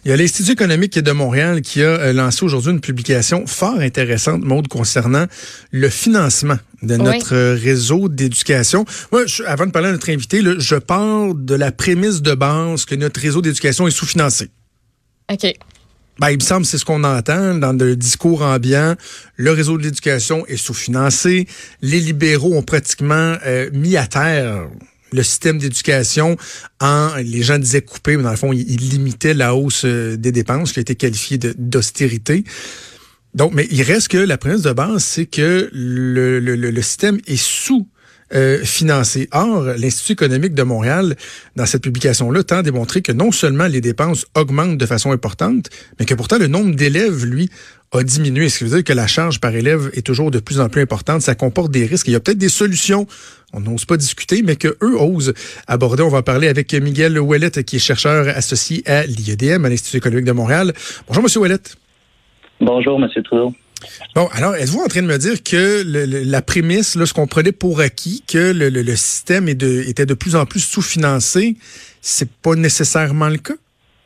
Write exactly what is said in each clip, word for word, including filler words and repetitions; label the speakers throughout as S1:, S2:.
S1: Il y a l'Institut économique de Montréal qui a euh, lancé aujourd'hui une publication fort intéressante, Maude, concernant le financement de notre oui. réseau d'éducation. Moi, je, avant de parler à notre invité, là, je pars de la prémisse de base que notre réseau d'éducation est sous-financé.
S2: OK.
S1: Ben, il me semble que c'est ce qu'on entend dans le discours ambiant. Le réseau de l'éducation est sous-financé. Les libéraux ont pratiquement euh, mis à terre le système d'éducation en, les gens disaient couper, mais dans le fond, ils, ils limitaient la hausse des dépenses qui a été qualifiée de, d'austérité. Donc, mais il reste que la prémisse de base, c'est que le, le, le système est sous Euh, financé. Or, l'Institut économique de Montréal, dans cette publication-là, tend à démontrer que non seulement les dépenses augmentent de façon importante, mais que pourtant le nombre d'élèves, lui, a diminué. Ce qui veut dire que la charge par élève est toujours de plus en plus importante. Ça comporte des risques. Il y a peut-être des solutions, on n'ose pas discuter, mais qu'eux osent aborder. On va en parler avec Miguel Ouellette, qui est chercheur associé à l'I E D M, à l'Institut économique de Montréal. Bonjour, M. Ouellette.
S3: Bonjour, M. Trudeau.
S1: Bon, alors, êtes-vous en train de me dire que le, le, la prémisse, là, ce qu'on prenait pour acquis, que le, le, le système est de, était de plus en plus sous-financé, c'est pas nécessairement le cas?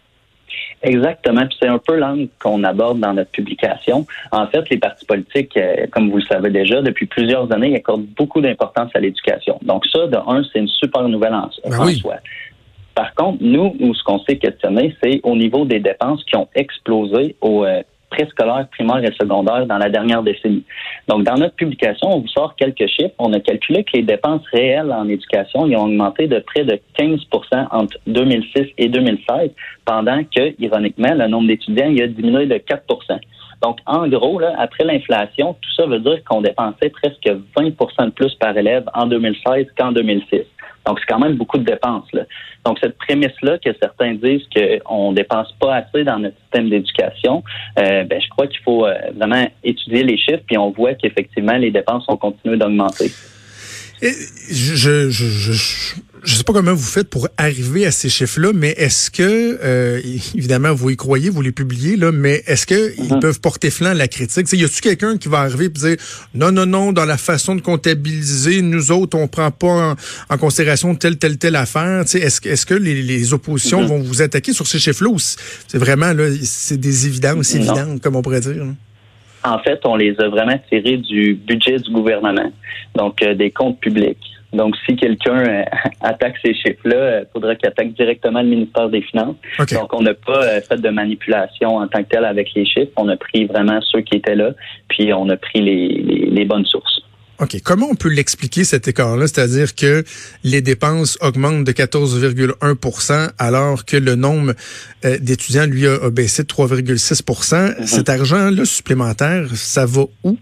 S3: Exactement, puis c'est un peu l'angle qu'on aborde dans notre publication. En fait, les partis politiques, euh, comme vous le savez déjà, depuis plusieurs années, ils accordent beaucoup d'importance à l'éducation. Donc ça, de un, c'est une super nouvelle en,
S1: ben
S3: en
S1: oui.
S3: soi. Par contre, nous, où ce qu'on s'est questionné, c'est au niveau des dépenses qui ont explosé au euh, préscolaire, primaire et secondaire dans la dernière décennie. Donc, dans notre publication, on vous sort quelques chiffres. On a calculé que les dépenses réelles en éducation ils ont augmenté de près de quinze pour cent entre deux mille six et deux mille seize, pendant que, ironiquement, le nombre d'étudiants il a diminué de quatre pour cent. Donc, en gros, là, après l'inflation, tout ça veut dire qu'on dépensait presque vingt pour cent de plus par élève en deux mille seize qu'en deux mille six. Donc, c'est quand même beaucoup de dépenses, là. Donc, cette prémisse-là que certains disent qu'on ne dépense pas assez dans notre système d'éducation, euh, ben, je crois qu'il faut euh, vraiment étudier les chiffres, puis on voit qu'effectivement, les dépenses ont continué d'augmenter.
S1: Et je, je, je, je, je sais pas comment vous faites pour arriver à ces chiffres-là, mais est-ce que, euh, évidemment, vous y croyez, vous les publiez, là, mais est-ce que mm-hmm. ils peuvent porter flanc à la critique? T'sais, y a-tu quelqu'un qui va arriver et dire non, non, non, dans la façon de comptabiliser, nous autres, on prend pas en, en considération telle, telle, telle affaire? T'sais, est-ce que, est-ce que les, les oppositions mm-hmm. vont vous attaquer sur ces chiffres-là ou c'est vraiment, là, c'est des évidences évidentes, comme on pourrait dire, là?
S3: En fait, on les a vraiment tirés du budget du gouvernement, donc euh, des comptes publics. Donc, si quelqu'un euh, attaque ces chiffres-là, il faudra qu'il attaque directement le ministère des Finances. Okay. Donc, on n'a pas euh, fait de manipulation en tant que tel avec les chiffres. On a pris vraiment ceux qui étaient là, puis on a pris les, les, les bonnes sources.
S1: OK. Comment on peut l'expliquer, cet écart-là? C'est-à-dire que les dépenses augmentent de quatorze virgule un pour cent alors que le nombre euh, d'étudiants, lui, a, a baissé de trois virgule six pour cent. Mm-hmm. Cet argent-là supplémentaire, ça va où?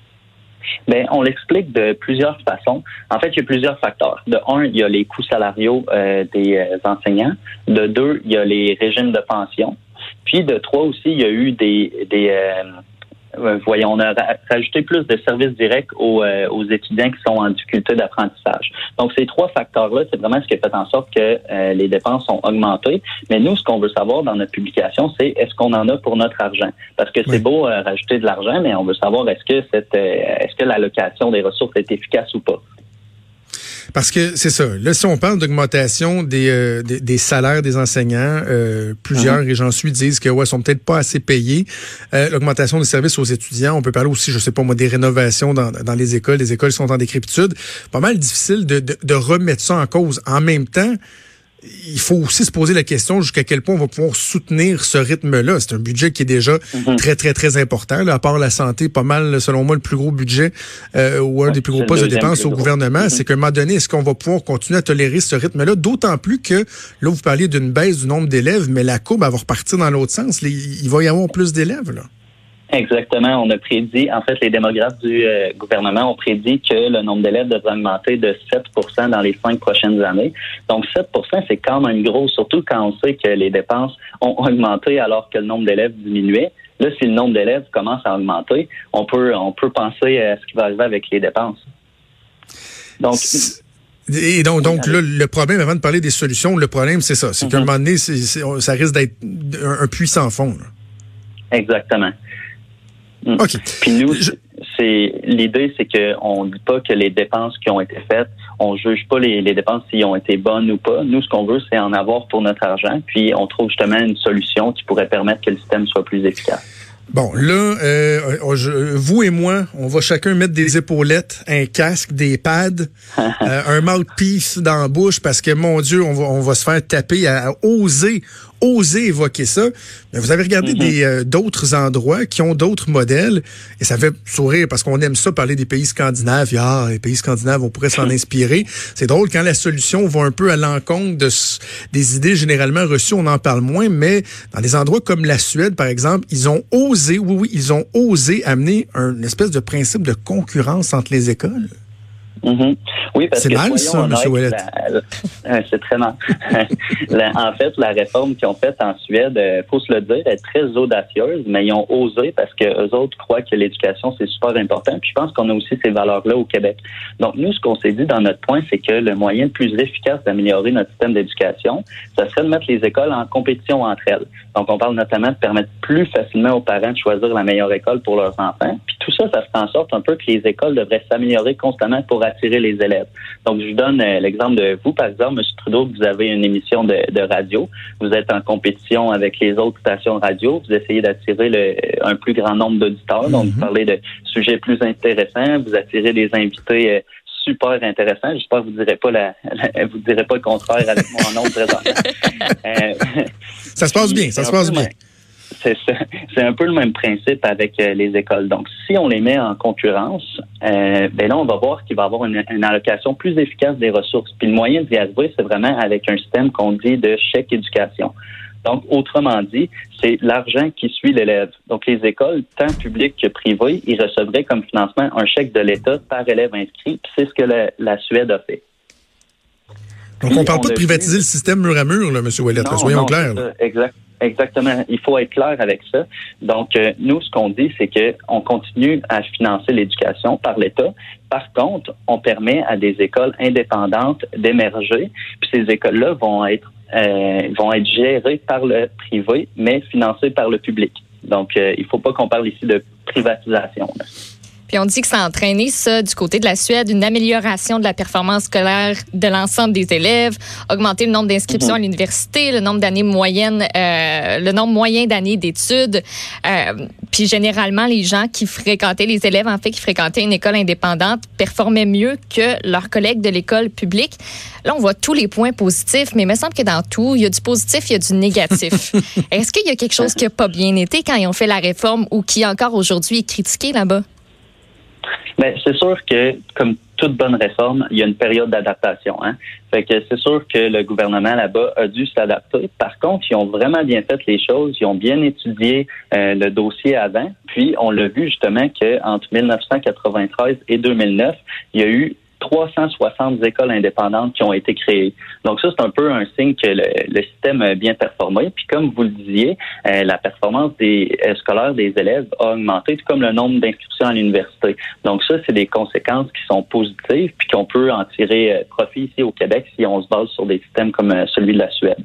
S3: Bien, on l'explique de plusieurs façons. En fait, il y a plusieurs facteurs. De un, il y a les coûts salariaux euh, des euh, enseignants. De deux, il y a les régimes de pension. Puis de trois aussi, il y a eu des... des euh, Euh, voyons, on a ra- rajouté plus de services directs aux, euh, aux étudiants qui sont en difficulté d'apprentissage. Donc, ces trois facteurs-là, c'est vraiment ce qui a fait en sorte que euh, les dépenses ont augmenté. Mais nous, ce qu'on veut savoir dans notre publication, c'est est-ce qu'on en a pour notre argent? Parce que c'est oui. beau euh, rajouter de l'argent, mais on veut savoir est-ce que cette, euh, est-ce que l'allocation des ressources est efficace ou pas?
S1: Parce que c'est ça. Là, si on parle d'augmentation des, euh, des, des salaires des enseignants, euh, plusieurs, mm-hmm. et j'en suis, disent que ouais, sont peut-être pas assez payés. Euh, l'augmentation des services aux étudiants, on peut parler aussi, je sais pas moi, des rénovations dans, dans les écoles. Les écoles sont en décrépitude. Pas mal difficile de, de, de remettre ça en cause. En même temps, il faut aussi se poser la question jusqu'à quel point on va pouvoir soutenir ce rythme-là. C'est un budget qui est déjà mm-hmm. très, très, très important. Là, à part la santé, pas mal, selon moi, le plus gros budget euh, ou un ouais, des plus gros postes de dépenses au gouvernement. Mm-hmm. C'est qu'à un moment donné, est-ce qu'on va pouvoir continuer à tolérer ce rythme-là? D'autant plus que, là, vous parliez d'une baisse du nombre d'élèves, mais la courbe, elle va repartir dans l'autre sens. Il va y avoir plus d'élèves, là.
S3: Exactement. On a prédit, en fait, les démographes du euh, gouvernement ont prédit que le nombre d'élèves devrait augmenter de sept pour cent dans les cinq prochaines années. Donc, sept pour cent, c'est quand même gros, surtout quand on sait que les dépenses ont augmenté alors que le nombre d'élèves diminuait. Là, si le nombre d'élèves commence à augmenter, on peut, on peut penser à ce qui va arriver avec les dépenses. Donc...
S1: Et donc, donc là, le problème, avant de parler des solutions, le problème, c'est ça. C'est mm-hmm. qu'à un moment donné, c'est, c'est, ça risque d'être un, un puits sans fond, là.
S3: Exactement.
S1: OK.
S3: Puis nous,
S1: Je...
S3: c'est c'est l'idée, c'est qu'on ne dit pas que les dépenses qui ont été faites, on juge pas les, les dépenses s'ils ont été bonnes ou pas. Nous, ce qu'on veut, c'est en avoir pour notre argent, puis on trouve justement une solution qui pourrait permettre que le système soit plus efficace.
S1: Bon, là, euh, je, vous et moi, on va chacun mettre des épaulettes, un casque, des pads, euh, un mouthpiece dans la bouche parce que, mon Dieu, on va, on va se faire taper à, à oser, oser évoquer ça. Mais vous avez regardé mm-hmm. des euh, d'autres endroits qui ont d'autres modèles et ça fait sourire parce qu'on aime ça parler des pays scandinaves. Ah, les pays scandinaves, on pourrait s'en inspirer. C'est drôle quand la solution va un peu à l'encontre de, des idées généralement reçues, on en parle moins, mais dans des endroits comme la Suède, par exemple, ils ont osé, oui, oui, ils ont osé amener un, une espèce de principe de concurrence entre les écoles.
S3: Mm-hmm. Oui, parce
S1: c'est
S3: que
S1: mal, ça, M. Ouellet.
S3: C'est très mal. la, en fait, la réforme qu'ils ont faite en Suède, il faut se le dire, est très audacieuse, mais ils ont osé parce que eux autres croient que l'éducation, c'est super important. Puis je pense qu'on a aussi ces valeurs-là au Québec. Donc, nous, ce qu'on s'est dit dans notre point, c'est que le moyen le plus efficace d'améliorer notre système d'éducation, ça serait de mettre les écoles en compétition entre elles. Donc, on parle notamment de permettre plus facilement aux parents de choisir la meilleure école pour leurs enfants. Puis tout ça, ça fait en sorte un peu que les écoles devraient s'améliorer constamment pour attirer les élèves. Donc, je vous donne euh, l'exemple de vous, par exemple, M. Trudeau, vous avez une émission de, de radio, vous êtes en compétition avec les autres stations radio, vous essayez d'attirer le, un plus grand nombre d'auditeurs, donc mm-hmm. vous parlez de sujets plus intéressants, vous attirez des invités euh, super intéressants. J'espère que vous ne direz pas la, la, vous direz pas le contraire avec moi en nombre présentement. euh,
S1: ça se passe bien, ça se passe bien.
S3: C'est, c'est un peu le même principe avec euh, les écoles. Donc, si on les met en concurrence, euh, ben là, on va voir qu'il va y avoir une, une allocation plus efficace des ressources. Puis le moyen d'y arriver, c'est vraiment avec un système qu'on dit de chèque éducation. Donc, autrement dit, c'est l'argent qui suit l'élève. Donc, les écoles, tant publiques que privées, ils recevraient comme financement un chèque de l'État par élève inscrit. Puis c'est ce que la, la Suède a fait.
S1: Donc, on ne parle pas de privatiser le système mur à mur, là, M. Ouellet.
S3: Non,
S1: soyons
S3: non,
S1: clairs.
S3: Exact. Exactement. Il faut être clair avec ça. Donc, euh, nous, ce qu'on dit, c'est que on continue à financer l'éducation par l'État. Par contre, on permet à des écoles indépendantes d'émerger. Puis ces écoles-là vont être euh, vont être gérées par le privé, mais financées par le public. Donc, euh, il ne faut pas qu'on parle ici de privatisation, là.
S2: Puis on dit que ça a entraîné ça du côté de la Suède, une amélioration de la performance scolaire de l'ensemble des élèves, augmenter le nombre d'inscriptions mm-hmm. à l'université, le nombre d'années moyennes, euh, le nombre moyen d'années d'études. Euh, puis généralement, les gens qui fréquentaient, les élèves en fait qui fréquentaient une école indépendante performaient mieux que leurs collègues de l'école publique. Là, on voit tous les points positifs, mais il me semble que dans tout, il y a du positif, il y a du négatif. Est-ce qu'il y a quelque chose qui n'a pas bien été quand ils ont fait la réforme ou qui encore aujourd'hui est critiqué là-bas?
S3: Bien, c'est sûr que, comme toute bonne réforme, il y a une période d'adaptation. Hein? Fait que c'est sûr que le gouvernement là-bas a dû s'adapter. Par contre, ils ont vraiment bien fait les choses. Ils ont bien étudié euh, le dossier avant. Puis, on l'a vu justement qu'entre dix-neuf cent quatre-vingt-treize et deux mille neuf, il y a eu trois cent soixante écoles indépendantes qui ont été créées. Donc ça, c'est un peu un signe que le, le système a bien performé. Puis comme vous le disiez, euh, la performance des euh, scolaires des élèves a augmenté, tout comme le nombre d'inscriptions à l'université. Donc ça, c'est des conséquences qui sont positives puis qu'on peut en tirer euh, profit ici au Québec si on se base sur des systèmes comme euh, celui de la Suède.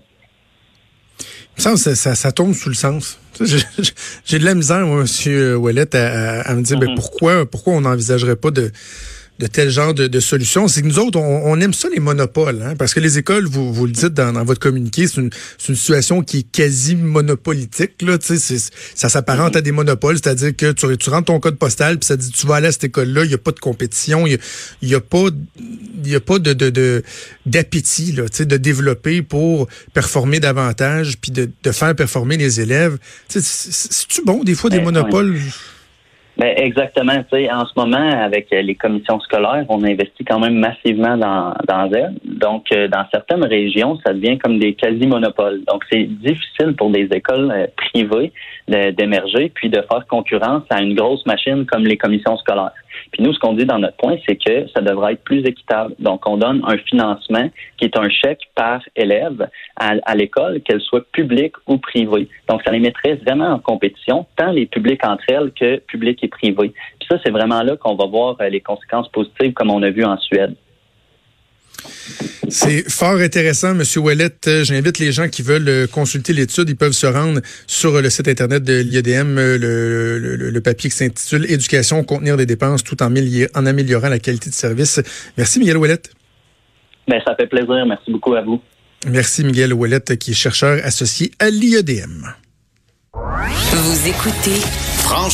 S1: Ça, ça, ça, ça tombe sous le sens. J'ai, j'ai de la misère, moi, M. Ouellet, à, à, à me dire mm-hmm. ben, pourquoi, pourquoi on n'envisagerait pas de de tel genre de, de solutions. C'est que nous autres, on, on aime ça, les monopoles, hein, parce que les écoles, vous, vous le dites dans, dans votre communiqué, c'est une, c'est une situation qui est quasi monopolitique, là, tu sais, c'est, ça s'apparente à des monopoles, c'est-à-dire que tu, tu rentres ton code postal, puis ça dit, tu vas aller à cette école-là, il n'y a pas de compétition, il n'y a, a pas, il y a pas de, de, de, d'appétit, là, tu sais, de développer pour performer davantage, puis de, de faire performer les élèves. Tu sais, c'est, c'est-tu bon, des fois, des monopoles?
S3: Ben exactement. Tu sais, en ce moment, avec les commissions scolaires, on investit quand même massivement dans, dans elles. Donc, euh, dans certaines régions, ça devient comme des quasi-monopoles. Donc, c'est difficile pour des écoles euh, privées de, d'émerger puis de faire concurrence à une grosse machine comme les commissions scolaires. Puis nous, ce qu'on dit dans notre point, c'est que ça devrait être plus équitable. Donc, on donne un financement qui est un chèque par élève à, à l'école, qu'elle soit publique ou privée. Donc, ça les mettrait vraiment en compétition, tant les publics entre elles que publics et privés. Puis ça, c'est vraiment là qu'on va voir les conséquences positives comme on a vu en Suède.
S1: C'est fort intéressant, M. Ouellette. J'invite les gens qui veulent consulter l'étude. Ils peuvent se rendre sur le site Internet de l'I A D M, le, le, le papier qui s'intitule « Éducation, contenir des dépenses tout en, en améliorant la qualité de service ». Merci, Miguel Ouellette.
S3: Bien, ça fait plaisir. Merci beaucoup à vous.
S1: Merci, Miguel Ouellette, qui est chercheur associé à l'I A D M.
S4: Vous écoutez Franchement.